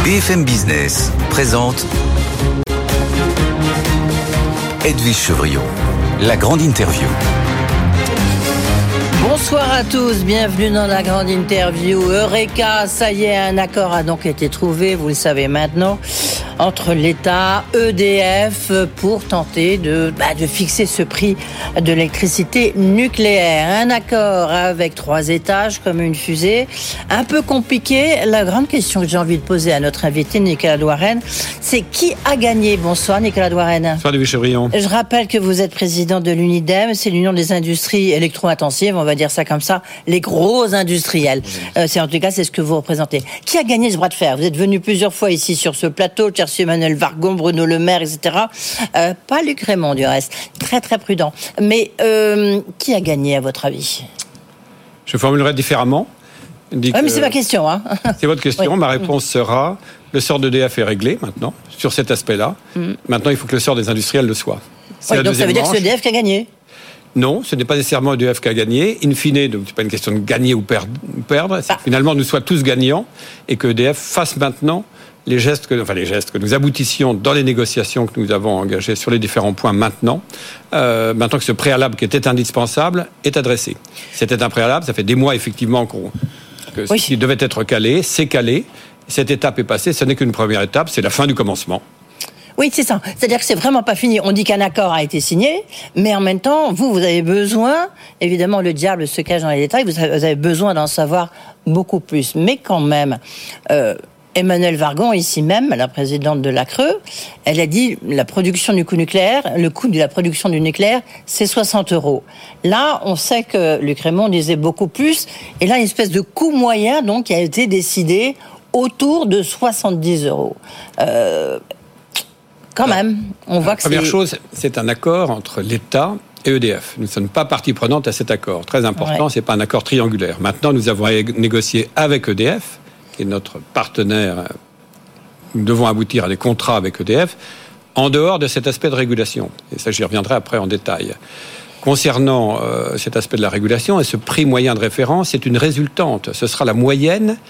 BFM Business présente Edwige Chevrillon, la grande interview. Bonsoir à tous, bienvenue dans la grande interview. Eureka, ça y est, un accord a donc été trouvé, vous le savez maintenant, entre l'État, EDF, pour tenter de fixer ce prix de l'électricité nucléaire. Un accord avec 3 étages, comme une fusée, un peu compliqué. La grande question que j'ai envie de poser à notre invité, Nicolas Douarenne, c'est qui a gagné? Bonsoir Nicolas Douarenne. Bonsoir Edwige Chevrillon. Je rappelle que vous êtes président de l'UNIDEM, c'est l'Union des industries électro-intensives, on va dire ça comme ça, les gros industriels. C'est en tout cas, c'est ce que vous représentez. Qui a gagné ce bras de fer? Vous êtes venu plusieurs fois ici sur ce plateau, Emmanuel Vargon, Bruno Le Maire, etc. Pas Luc Rémont du reste. Très très prudent. Mais qui a gagné à votre avis? Je formulerai différemment. Mais c'est ma question. Hein. C'est votre question. Oui. Ma réponse sera, le sort d'EDF est réglé maintenant, sur cet aspect-là. Maintenant, il faut que le sort des industriels le soit. Oui, donc ça veut dire que c'est EDF qui a gagné? Non, ce n'est pas nécessairement EDF qui a gagné. In fine, donc c'est pas une question de gagner ou perdre. C'est finalement, nous soyons tous gagnants et que EDF fasse maintenant les gestes que nous aboutissions dans les négociations que nous avons engagées sur les différents points maintenant que ce préalable qui était indispensable est adressé. C'était un préalable, ça fait des mois effectivement ce qui devait être calé, c'est calé. Cette étape est passée, ce n'est qu'une première étape, c'est la fin du commencement. Oui, c'est ça. C'est-à-dire que c'est vraiment pas fini. On dit qu'un accord a été signé, mais en même temps, vous avez besoin, évidemment, le diable se cache dans les détails, vous avez besoin d'en savoir beaucoup plus. Mais quand même, Emmanuel Vargon, ici même, la présidente de la CRE, elle a dit le coût de la production du nucléaire, c'est 60 €. Là, on sait que Luc Rémont disait beaucoup plus, et là, une espèce de coût moyen, donc, qui a été décidé autour de 70 €. Quand même, on voit que Première chose, c'est un accord entre l'État et EDF. Nous ne sommes pas partie prenante à cet accord. Très important, c'est pas un accord triangulaire. Maintenant, nous avons négocié avec EDF, qui est notre partenaire. Nous devons aboutir à des contrats avec EDF, en dehors de cet aspect de régulation. Et ça, j'y reviendrai après en détail. Concernant cet aspect de la régulation, et ce prix moyen de référence, c'est une résultante. Ce sera la moyenne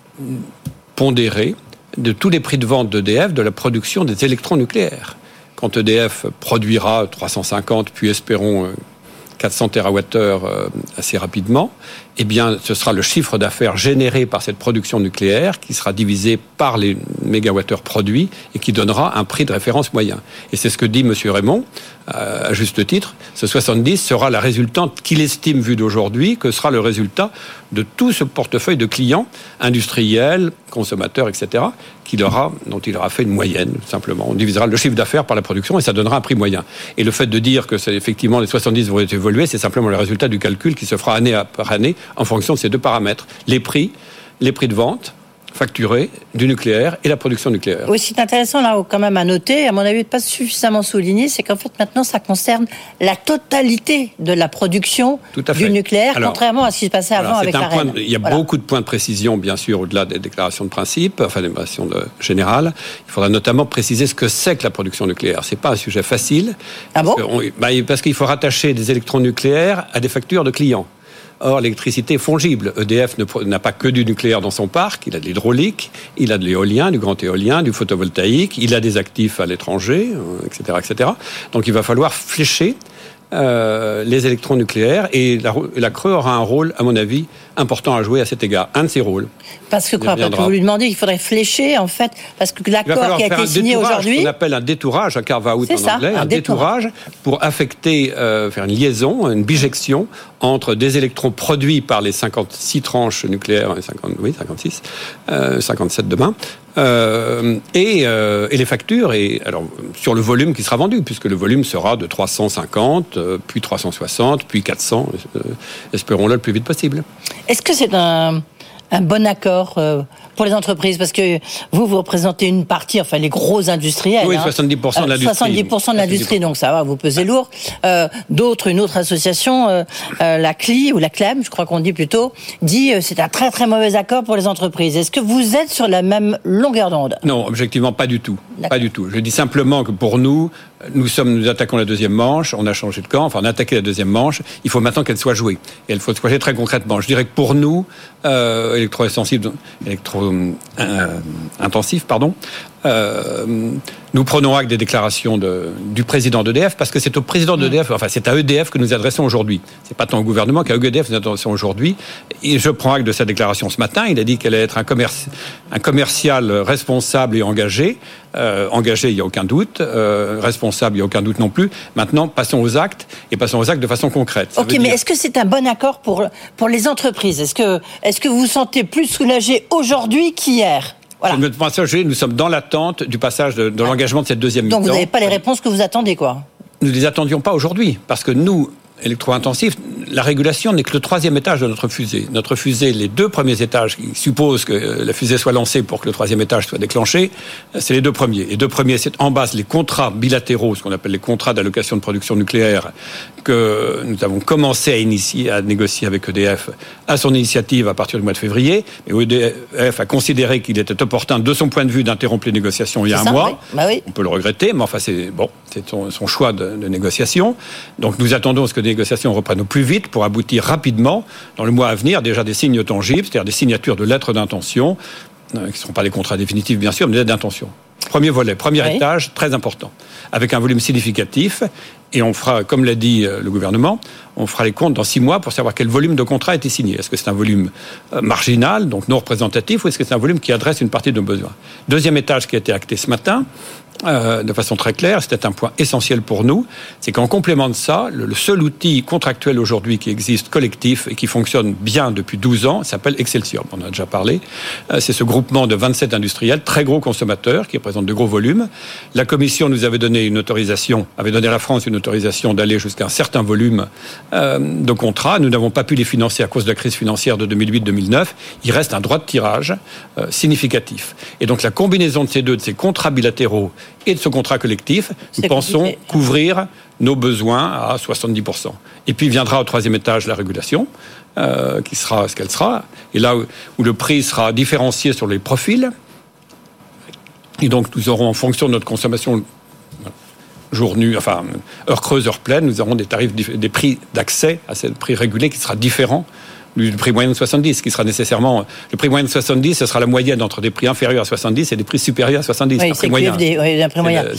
pondérée de tous les prix de vente d'EDF de la production des électrons nucléaires. Quand EDF produira 350, puis espérons 400 TWh assez rapidement, eh bien, ce sera le chiffre d'affaires généré par cette production nucléaire qui sera divisé par les mégawattheures produits et qui donnera un prix de référence moyen. Et c'est ce que dit M. Rémont, à juste titre. Ce 70 sera la résultante qu'il estime, vu d'aujourd'hui, que sera le résultat de tout ce portefeuille de clients industriels, consommateurs, etc., dont il aura fait une moyenne, simplement. On divisera le chiffre d'affaires par la production et ça donnera un prix moyen. Et le fait de dire que effectivement les 70 vont évoluer, c'est simplement le résultat du calcul qui se fera année par année en fonction de ces 2 paramètres. Les prix de vente facturés du nucléaire et la production nucléaire. Oui, c'est intéressant là quand même à noter, à mon avis pas suffisamment souligné, c'est qu'en fait maintenant ça concerne la totalité de la production du nucléaire, contrairement à ce qui se passait avant avec la reine. Il y a beaucoup de points de précision, bien sûr, au-delà des déclarations de principe, des déclarations générales. Il faudra notamment préciser ce que c'est que la production nucléaire. C'est pas un sujet facile. Ah bon? Parce qu'il faut rattacher des électrons nucléaires à des factures de clients. Or, l'électricité est fongible. EDF n'a pas que du nucléaire dans son parc, il a de l'hydraulique, il a de l'éolien, du grand éolien, du photovoltaïque, il a des actifs à l'étranger, etc., etc. Donc il va falloir flécher les électrons nucléaires et la CRE aura un rôle, à mon avis, important à jouer à cet égard. Un de ses rôles. Parce que vous lui demandez qu'il faudrait flécher, en fait, parce que l'accord qui a été signé aujourd'hui... Ce qu'on appelle un détourage, un carve-out en anglais, un détourage pour affecter, faire une liaison, une bijection entre des électrons produits par les 56 tranches nucléaires, 57 demain, et les factures, et alors sur le volume qui sera vendu, puisque le volume sera de 350, puis 360, puis 400, espérons-le le plus vite possible. Est-ce que c'est un bon accord pour les entreprises? Parce que vous représentez une partie, enfin les gros industriels. Oui, 70% de l'industrie. 70% de l'industrie, donc ça va, vous pesez lourd. Une autre association, la CLI, ou la CLEM, je crois qu'on dit plutôt, dit c'est un très très mauvais accord pour les entreprises. Est-ce que vous êtes sur la même longueur d'onde? Non, objectivement, pas du tout. D'accord. Pas du tout. Je dis simplement que pour nous, nous attaquons la deuxième manche, on a changé de camp, enfin on a attaqué la deuxième manche, il faut maintenant qu'elle soit jouée. Et elle faut se jouer très concrètement. Je dirais que pour nous, intensifs, nous prenons acte des déclarations du président d'EDF, parce que c'est au président d'EDF, enfin c'est à EDF que nous adressons aujourd'hui. C'est pas tant au gouvernement qu'à EDF que nous adressons aujourd'hui. Et je prends acte de sa déclaration ce matin. Il a dit qu'elle allait être un commercial responsable et engagé. Engagé, il n'y a aucun doute. Responsable, il n'y a aucun doute non plus. Maintenant, passons aux actes, et passons aux actes de façon concrète. Mais est-ce que c'est un bon accord pour les entreprises ? Est-ce que vous vous sentez plus soulagé aujourd'hui qu'hier ? Voilà. Nous sommes dans l'attente du passage de l'engagement de cette deuxième mi-temps. Donc vous n'avez pas les réponses que vous attendez, quoi ? Nous ne les attendions pas aujourd'hui, parce que nous, électro-intensifs, la régulation n'est que le troisième étage de notre fusée. Notre fusée, les deux premiers étages qui supposent que la fusée soit lancée pour que le troisième étage soit déclenché, c'est les deux premiers. Les deux premiers, c'est en base les contrats bilatéraux, ce qu'on appelle les contrats d'allocation de production nucléaire, que nous avons commencé à négocier avec EDF à son initiative à partir du mois de février. Et EDF a considéré qu'il était opportun, de son point de vue, d'interrompre les négociations il y a un mois. Oui. On peut le regretter, mais enfin, c'est son choix de négociation. Donc nous attendons ce que les négociations reprennent au plus vite pour aboutir rapidement, dans le mois à venir, déjà des signes tangibles, c'est-à-dire des signatures de lettres d'intention, qui ne seront pas des contrats définitifs, bien sûr, mais des lettres d'intention. Premier volet, premier étage, très important, avec un volume significatif. Et on fera, comme l'a dit le gouvernement, on fera les comptes dans 6 mois pour savoir quel volume de contrat a été signé. Est-ce que c'est un volume marginal, donc non représentatif, ou est-ce que c'est un volume qui adresse une partie de nos besoins ? Deuxième étage qui a été acté ce matin, de façon très claire, c'était un point essentiel pour nous, c'est qu'en complément de ça, le seul outil contractuel aujourd'hui qui existe, collectif, et qui fonctionne bien depuis 12 ans, s'appelle Excelsior. On en a déjà parlé. C'est ce groupement de 27 industriels, très gros consommateurs, qui représentent de gros volumes. La Commission nous avait donné avait donné à la France une autorisation d'aller jusqu'à un certain volume de contrats. Nous n'avons pas pu les financer à cause de la crise financière de 2008-2009. Il reste un droit de tirage significatif. Et donc la combinaison de ces deux, de ces contrats bilatéraux et de ce contrat collectif, nous pensons couvrir nos besoins à 70%. Et puis viendra au troisième étage la régulation, qui sera ce qu'elle sera, et là où le prix sera différencié sur les profils. Et donc nous aurons, en fonction de notre consommation jour nu, enfin heure creuse, heure pleine, nous aurons des tarifs, des prix d'accès à ce prix régulé qui sera différent du prix moyen de 70, qui sera nécessairement... Le prix moyen de 70, ce sera la moyenne entre des prix inférieurs à 70 et des prix supérieurs à 70. Oui, c'est QFD, un prix moyen.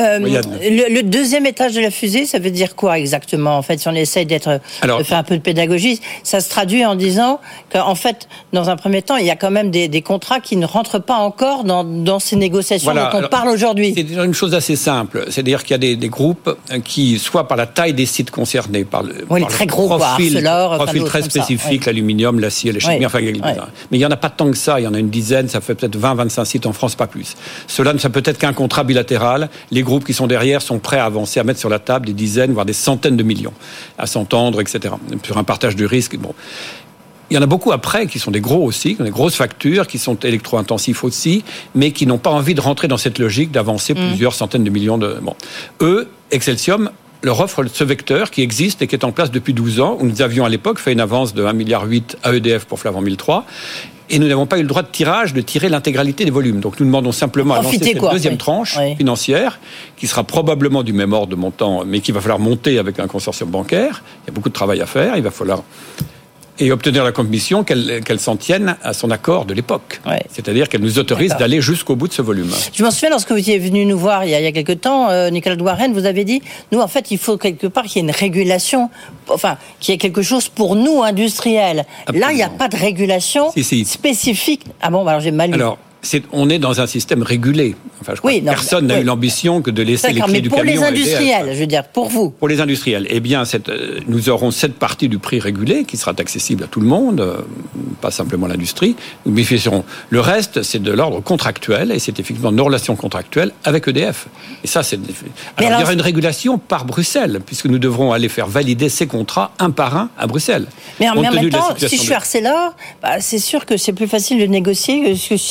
Le deuxième étage de la fusée, ça veut dire quoi exactement ? En fait, si on essaye de faire un peu de pédagogie, ça se traduit en disant qu'en fait, dans un premier temps, il y a quand même des contrats qui ne rentrent pas encore dans ces négociations dont on parle aujourd'hui. C'est une chose assez simple. C'est-à-dire qu'il y a des groupes qui, soit par la taille des sites concernés, par le très gros profil très spécifique, l'aluminium, l'acier, la chimie, mais il n'y en a pas tant que ça, il y en a une dizaine, ça fait peut-être 20-25 sites en France, pas plus. Cela ne fait peut-être qu'un contrat bilatéral. Les groupes qui sont derrière sont prêts à avancer, à mettre sur la table des dizaines, voire des centaines de millions, à s'entendre, etc. Sur un partage du risque, bon. Il y en a beaucoup après qui sont des gros aussi, qui ont des grosses factures, qui sont électro-intensifs aussi, mais qui n'ont pas envie de rentrer dans cette logique d'avancer plusieurs centaines de millions de... Bon. Eux, Excelsium leur offre ce vecteur qui existe et qui est en place depuis 12 ans, où nous avions à l'époque fait une avance de 1,8 milliard à EDF pour Flavant 1003, et nous n'avons pas eu le droit de tirer l'intégralité des volumes. Donc nous demandons simplement à lancer cette deuxième tranche financière, qui sera probablement du même ordre de montant, mais qu'il va falloir monter avec un consortium bancaire. Il y a beaucoup de travail à faire, il va falloir... Et obtenir la Commission qu'elle s'en tienne à son accord de l'époque. C'est-à-dire qu'elle nous autorise d'aller jusqu'au bout de ce volume. Je m'en souviens, lorsque vous étiez venu nous voir il y a quelque temps, Nicolas de Warren, vous avez dit, nous, en fait, il faut quelque part qu'il y ait une régulation, enfin, qu'il y ait quelque chose pour nous, industriels. Absolument. Là, il n'y a pas de régulation spécifique. Ah bon, alors j'ai mal lu. Alors, on est dans un système régulé. Enfin, je crois que personne n'a eu l'ambition que de laisser les clés du camion. Mais pour les industriels, je veux dire, pour vous. Pour les industriels, eh bien, nous aurons cette partie du prix régulé qui sera accessible à tout le monde, pas simplement l'industrie. Nous bénéficierons. Le reste, c'est de l'ordre contractuel, et c'est effectivement nos relations contractuelles avec EDF. Et ça, c'est... Alors, il y aura une régulation par Bruxelles, puisque nous devrons aller faire valider ces contrats un par un à Bruxelles. Mais en même temps, si je suis Arcelor, c'est sûr que c'est plus facile de négocier que si je suis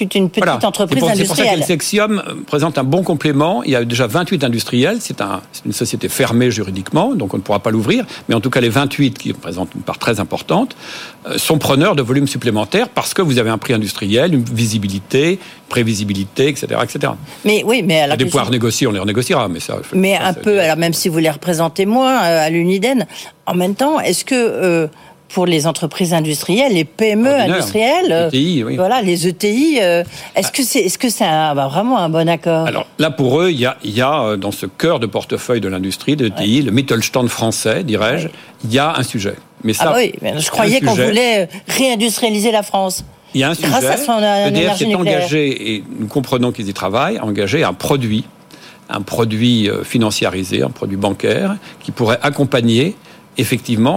c'est une petite entreprise industrielle. C'est pour ça qu'Elsexium présente un bon complément. Il y a déjà 28 industriels. C'est une société fermée juridiquement, donc on ne pourra pas l'ouvrir. Mais en tout cas, les 28, qui représentent une part très importante, sont preneurs de volumes supplémentaires parce que vous avez un prix industriel, une visibilité, une prévisibilité, etc., etc. Mais oui, mais il y a des points à renégocier, on les renégociera. Mais alors même si vous les représentez moins à l'Uniden, en même temps, est-ce que pour les entreprises industrielles, les PME industrielles, ETI, oui. Voilà, les ETI, est-ce que c'est vraiment un bon accord? Alors là, pour eux, il y a dans ce cœur de portefeuille de l'industrie, de ETI, le Mittelstand français, dirais-je, il y a un sujet. Mais ça, mais je croyais qu'on voulait réindustrialiser la France. Il y a un sujet. Grâce à son EDF s'est nucléaire. engagé, et nous comprenons qu'ils y travaillent, à engager un produit financiarisé, un produit bancaire, qui pourrait accompagner effectivement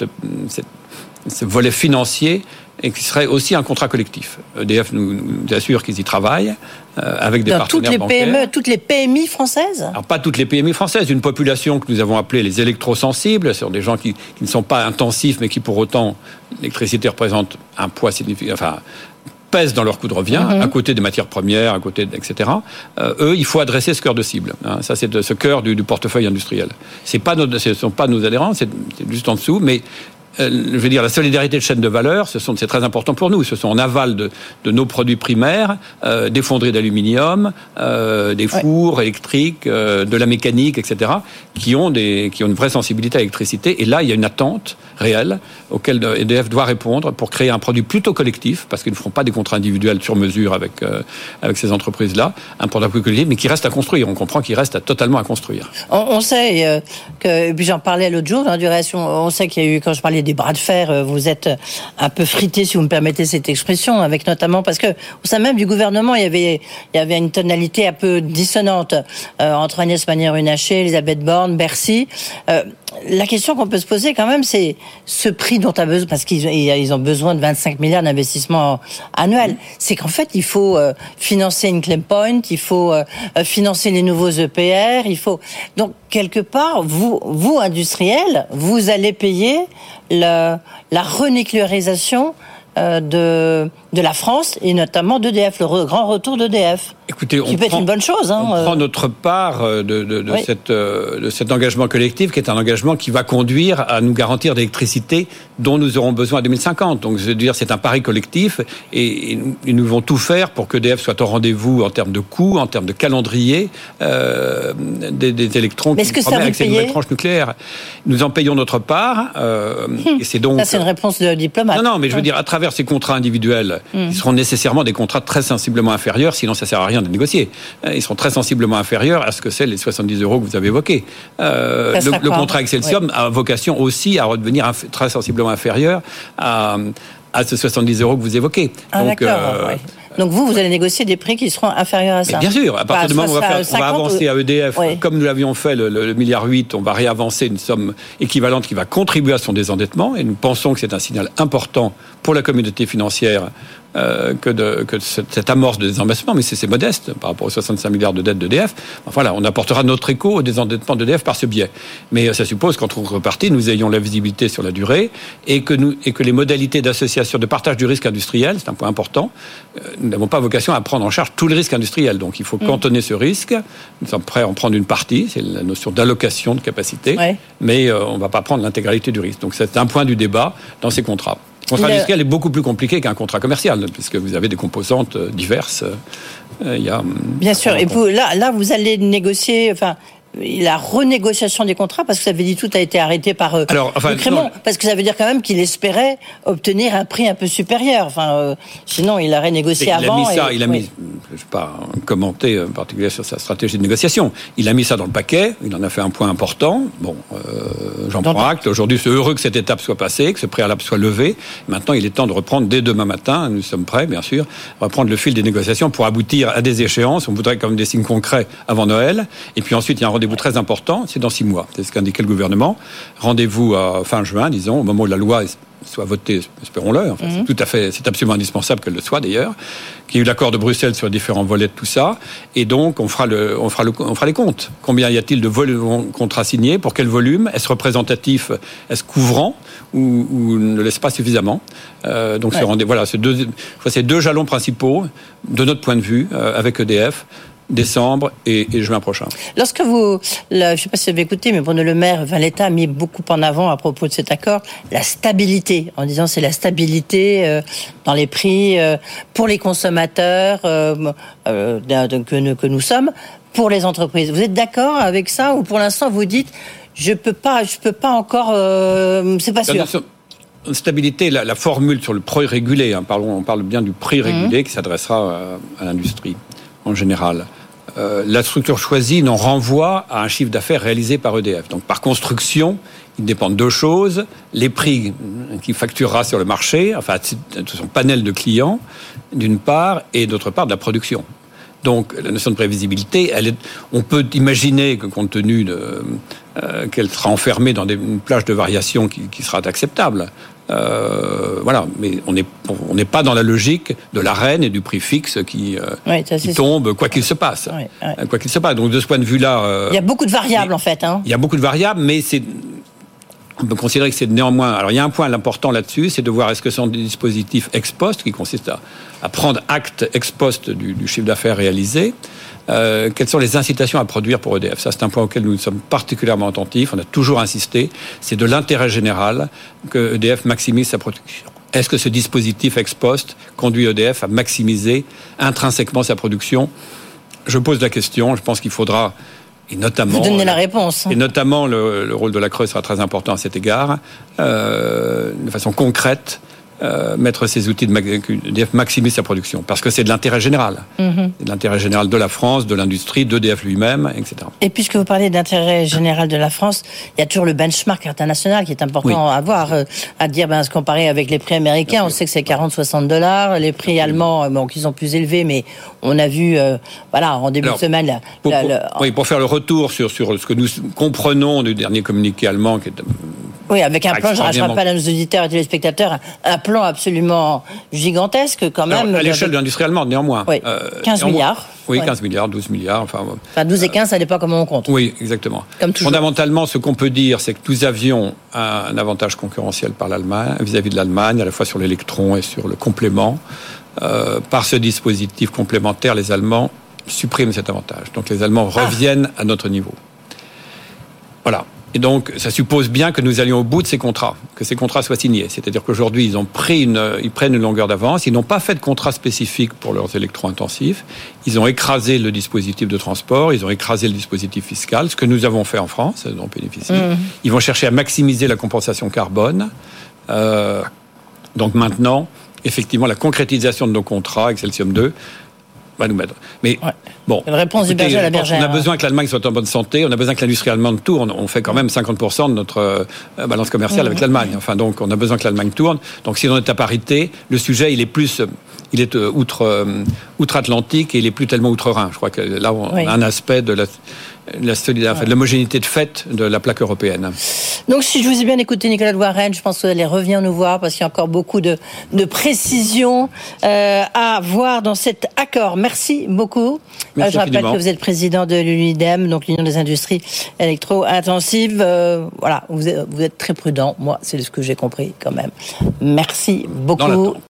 ce volet financier et qui serait aussi un contrat collectif. EDF nous assure qu'ils y travaillent avec des partenaires bancaires. Toutes les PMI françaises ? Alors pas toutes les PMI françaises, une population que nous avons appelée les électrosensibles, ce sont des gens qui ne sont pas intensifs mais qui pour autant, l'électricité représente un poids significatif, pèsent dans leur coût de revient, à côté des matières premières, à côté, etc. Eux, il faut adresser ce cœur de cible. Ça, c'est ce cœur du portefeuille industriel. Ce ne sont pas nos adhérents, c'est juste en dessous, mais je veux dire, la solidarité de chaîne de valeur, c'est très important pour nous. Ce sont en aval de nos produits primaires, des fonderies d'aluminium, des fours électriques, de la mécanique, etc., qui ont une vraie sensibilité à l'électricité. Et là, il y a une attente réelle auquel EDF doit répondre pour créer un produit plutôt collectif, parce qu'ils ne feront pas des contrats individuels sur mesure avec ces entreprises-là, un produit plus collectif, mais qui reste à construire. On comprend qu'il reste totalement à construire. On sait que, puis j'en parlais l'autre jour dans la duration, on sait qu'il y a eu, quand je parlais des bras de fer, vous êtes un peu frité, si vous me permettez cette expression, avec notamment, parce que au sein même du gouvernement, il y avait une tonalité un peu dissonante entre Agnès Pannier-Runacher, Elisabeth Borne, Bercy. La question qu'on peut se poser quand même, c'est ce prix dont a besoin, parce qu'ils ont besoin de 25 milliards d'investissements annuels. C'est qu'en fait, il faut financer une claim point, il faut financer les nouveaux EPR, donc quelque part, vous industriels, vous allez payer la renucléarisation de la France et notamment d'EDF, le grand retour d'EDF. Écoutez, qui peut être une bonne chose. On prend notre part de cet engagement collectif, qui est un engagement qui va conduire à nous garantir l'électricité dont nous aurons besoin en 2050. Donc, je veux dire, c'est un pari collectif et nous devons tout faire pour que EDF soit au rendez-vous en termes de coûts, en termes de calendrier des électrons qui nous promettent avec ces nouvelles tranches nucléaires. Nous en payons notre part. Et c'est donc... Ça, c'est une réponse de diplomate. Non, mais je veux dire, à travers ces contrats individuels, ils seront nécessairement des contrats très sensiblement inférieurs, sinon ça ne sert à rien de négocier. Ils seront très sensiblement inférieurs à ce que c'est les 70 € que vous avez évoqués. Le contrat Excelsium a vocation aussi à redevenir très sensiblement inférieur à ces 70 € que vous évoquez. Donc vous allez négocier des prix qui seront inférieurs à ça. Bien sûr, à partir du moment où on va avancer à EDF, comme nous l'avions fait le 1,8 milliard, on va réavancer une somme équivalente qui va contribuer à son désendettement, et nous pensons que c'est un signal important pour la communauté financière que cette amorce de désendettement, mais c'est modeste par rapport aux 65 milliards de dettes d'EDF. Voilà, on apportera notre écho au désendettement d'EDF par ce biais. Mais ça suppose qu'en contrepartie, nous ayons la visibilité sur la durée et que les modalités d'association, de partage du risque industriel, c'est un point important, nous n'avons pas vocation à prendre en charge tout le risque industriel. Donc il faut cantonner ce risque. Nous sommes prêts à en prendre une partie, c'est la notion d'allocation de capacité, mais on ne va pas prendre l'intégralité du risque. Donc c'est un point du débat dans ces contrats. Le contrat industriel est beaucoup plus compliqué qu'un contrat commercial, puisque vous avez des composantes diverses. Bien sûr. Et là, vous allez négocier... la renégociation des contrats, parce que ça veut dire tout a été arrêté par Crémont, parce que ça veut dire quand même qu'il espérait obtenir un prix un peu supérieur. Sinon, il aurait négocié avant. Je ne vais pas commenter en particulier sur sa stratégie de négociation. Il a mis ça dans le paquet, il en a fait un point important. J'en prends acte. Aujourd'hui, c'est heureux que cette étape soit passée, que ce préalable soit levé. Maintenant, il est temps de reprendre dès demain matin, nous sommes prêts, bien sûr, reprendre le fil des négociations pour aboutir à des échéances. On voudrait quand même des signes concrets avant Noël. Et puis ensuite, il y a un rendez-vous très important, c'est dans 6 mois. C'est ce qu'indiquait le gouvernement. Rendez-vous à fin juin, disons, au moment où la loi soit votée, espérons-le, enfin, c'est absolument indispensable qu'elle le soit d'ailleurs, qu'il y ait eu l'accord de Bruxelles sur les différents volets de tout ça, et donc on fera les comptes. Combien y a-t-il de contrats signés, pour quel volume, est-ce représentatif, est-ce couvrant, ou ne laisse pas suffisamment. Donc voilà, c'est deux jalons principaux, de notre point de vue, avec EDF, décembre et juin prochain. Lorsque je ne sais pas si vous avez écouté, mais Bruno Le Maire, l'État a mis beaucoup en avant à propos de cet accord la stabilité, en disant c'est la stabilité dans les prix pour les consommateurs que nous sommes, pour les entreprises. Vous êtes d'accord avec ça, ou pour l'instant vous dites je peux pas encore, c'est pas sûr. Stabilité, la formule sur le prix régulé, on parle bien du prix régulé qui s'adressera à l'industrie en général. La structure choisie n'en renvoie à un chiffre d'affaires réalisé par EDF. Donc par construction, il dépend de deux choses: les prix qu'il facturera sur le marché, enfin son panel de clients, d'une part, et d'autre part de la production. Donc la notion de prévisibilité, on peut imaginer que compte tenu qu'elle sera enfermée dans une plage de variation qui sera acceptable. Voilà, mais on n'est pas dans la logique de la reine et du prix fixe qui tombe quoi qu'il se passe. Quoi qu'il se passe. Donc de ce point de vue-là, il y a beaucoup de variables en fait. Il y a beaucoup de variables, mais on peut considérer que c'est néanmoins... Alors, il y a un point important là-dessus, c'est de voir est-ce que ce sont des dispositifs ex post, qui consistent à prendre acte ex post du chiffre d'affaires réalisé. Quelles sont les incitations à produire pour EDF ? Ça, c'est un point auquel nous sommes particulièrement attentifs. On a toujours insisté. C'est de l'intérêt général que EDF maximise sa production. Est-ce que ce dispositif ex post conduit EDF à maximiser intrinsèquement sa production ? Je pose la question. Je pense qu'il faudra... Et notamment, vous donnez la réponse. Et notamment, le rôle de la Creuse sera très important à cet égard, de façon concrète, mettre ces outils d'EDF maximise sa production, parce que c'est de l'intérêt général. C'est de l'intérêt général de la France, de l'industrie, d'EDF lui-même, etc. Et puisque vous parlez d'intérêt général de la France, il y a toujours le benchmark international qui est important à voir, à dire, se comparer avec les prix américains, on sait que c'est $40-$60, les prix allemands, qui sont plus élevés, mais on a vu, en début de semaine... pour faire le retour sur ce que nous comprenons du dernier communiqué allemand, qui est... Oui, avec un plan, je ne racheterai pas à nos auditeurs et téléspectateurs, un plan absolument gigantesque quand même. À l'échelle de l'industrie allemande, néanmoins. Oui, 15 milliards. Oui, 15 milliards, 12 milliards. Enfin 12 et 15, ça dépend comment on compte. Oui, exactement. Comme toujours. Fondamentalement, ce qu'on peut dire, c'est que nous avions un avantage concurrentiel vis-à-vis de l'Allemagne, à la fois sur l'électron et sur le complément. Par ce dispositif complémentaire, les Allemands suppriment cet avantage. Donc les Allemands reviennent à notre niveau. Voilà. Et donc, ça suppose bien que nous allions au bout de ces contrats, que ces contrats soient signés. C'est-à-dire qu'aujourd'hui, ils prennent une longueur d'avance. Ils n'ont pas fait de contrat spécifique pour leurs électro-intensifs. Ils ont écrasé le dispositif de transport. Ils ont écrasé le dispositif fiscal, ce que nous avons fait en France, dont on bénéficie. Ils vont chercher à maximiser la compensation carbone. Donc maintenant, effectivement, la concrétisation de nos contrats, Excelsium 2, va nous mettre. Mais bon, une réponse du berger à la bergère. On a besoin que l'Allemagne soit en bonne santé, on a besoin que l'industrie allemande tourne. On fait quand même 50% de notre balance commerciale avec l'Allemagne. Enfin, donc, on a besoin que l'Allemagne tourne. Donc, si on est à parité, le sujet, il est outre-Atlantique et il est plus tellement outre-Rhin. Je crois que là, on a un aspect de la solidarité, de l'homogénéité de fait de la plaque européenne. Donc, si je vous ai bien écouté, Nicolas de Warren, je pense que vous allez revenir nous voir parce qu'il y a encore beaucoup de précisions à voir dans cet accord. Merci beaucoup. Merci je rappelle que vous êtes président de l'UNIDEM, donc l'Union des industries électro-intensives. Vous êtes très prudent. Moi, c'est ce que j'ai compris quand même. Merci beaucoup.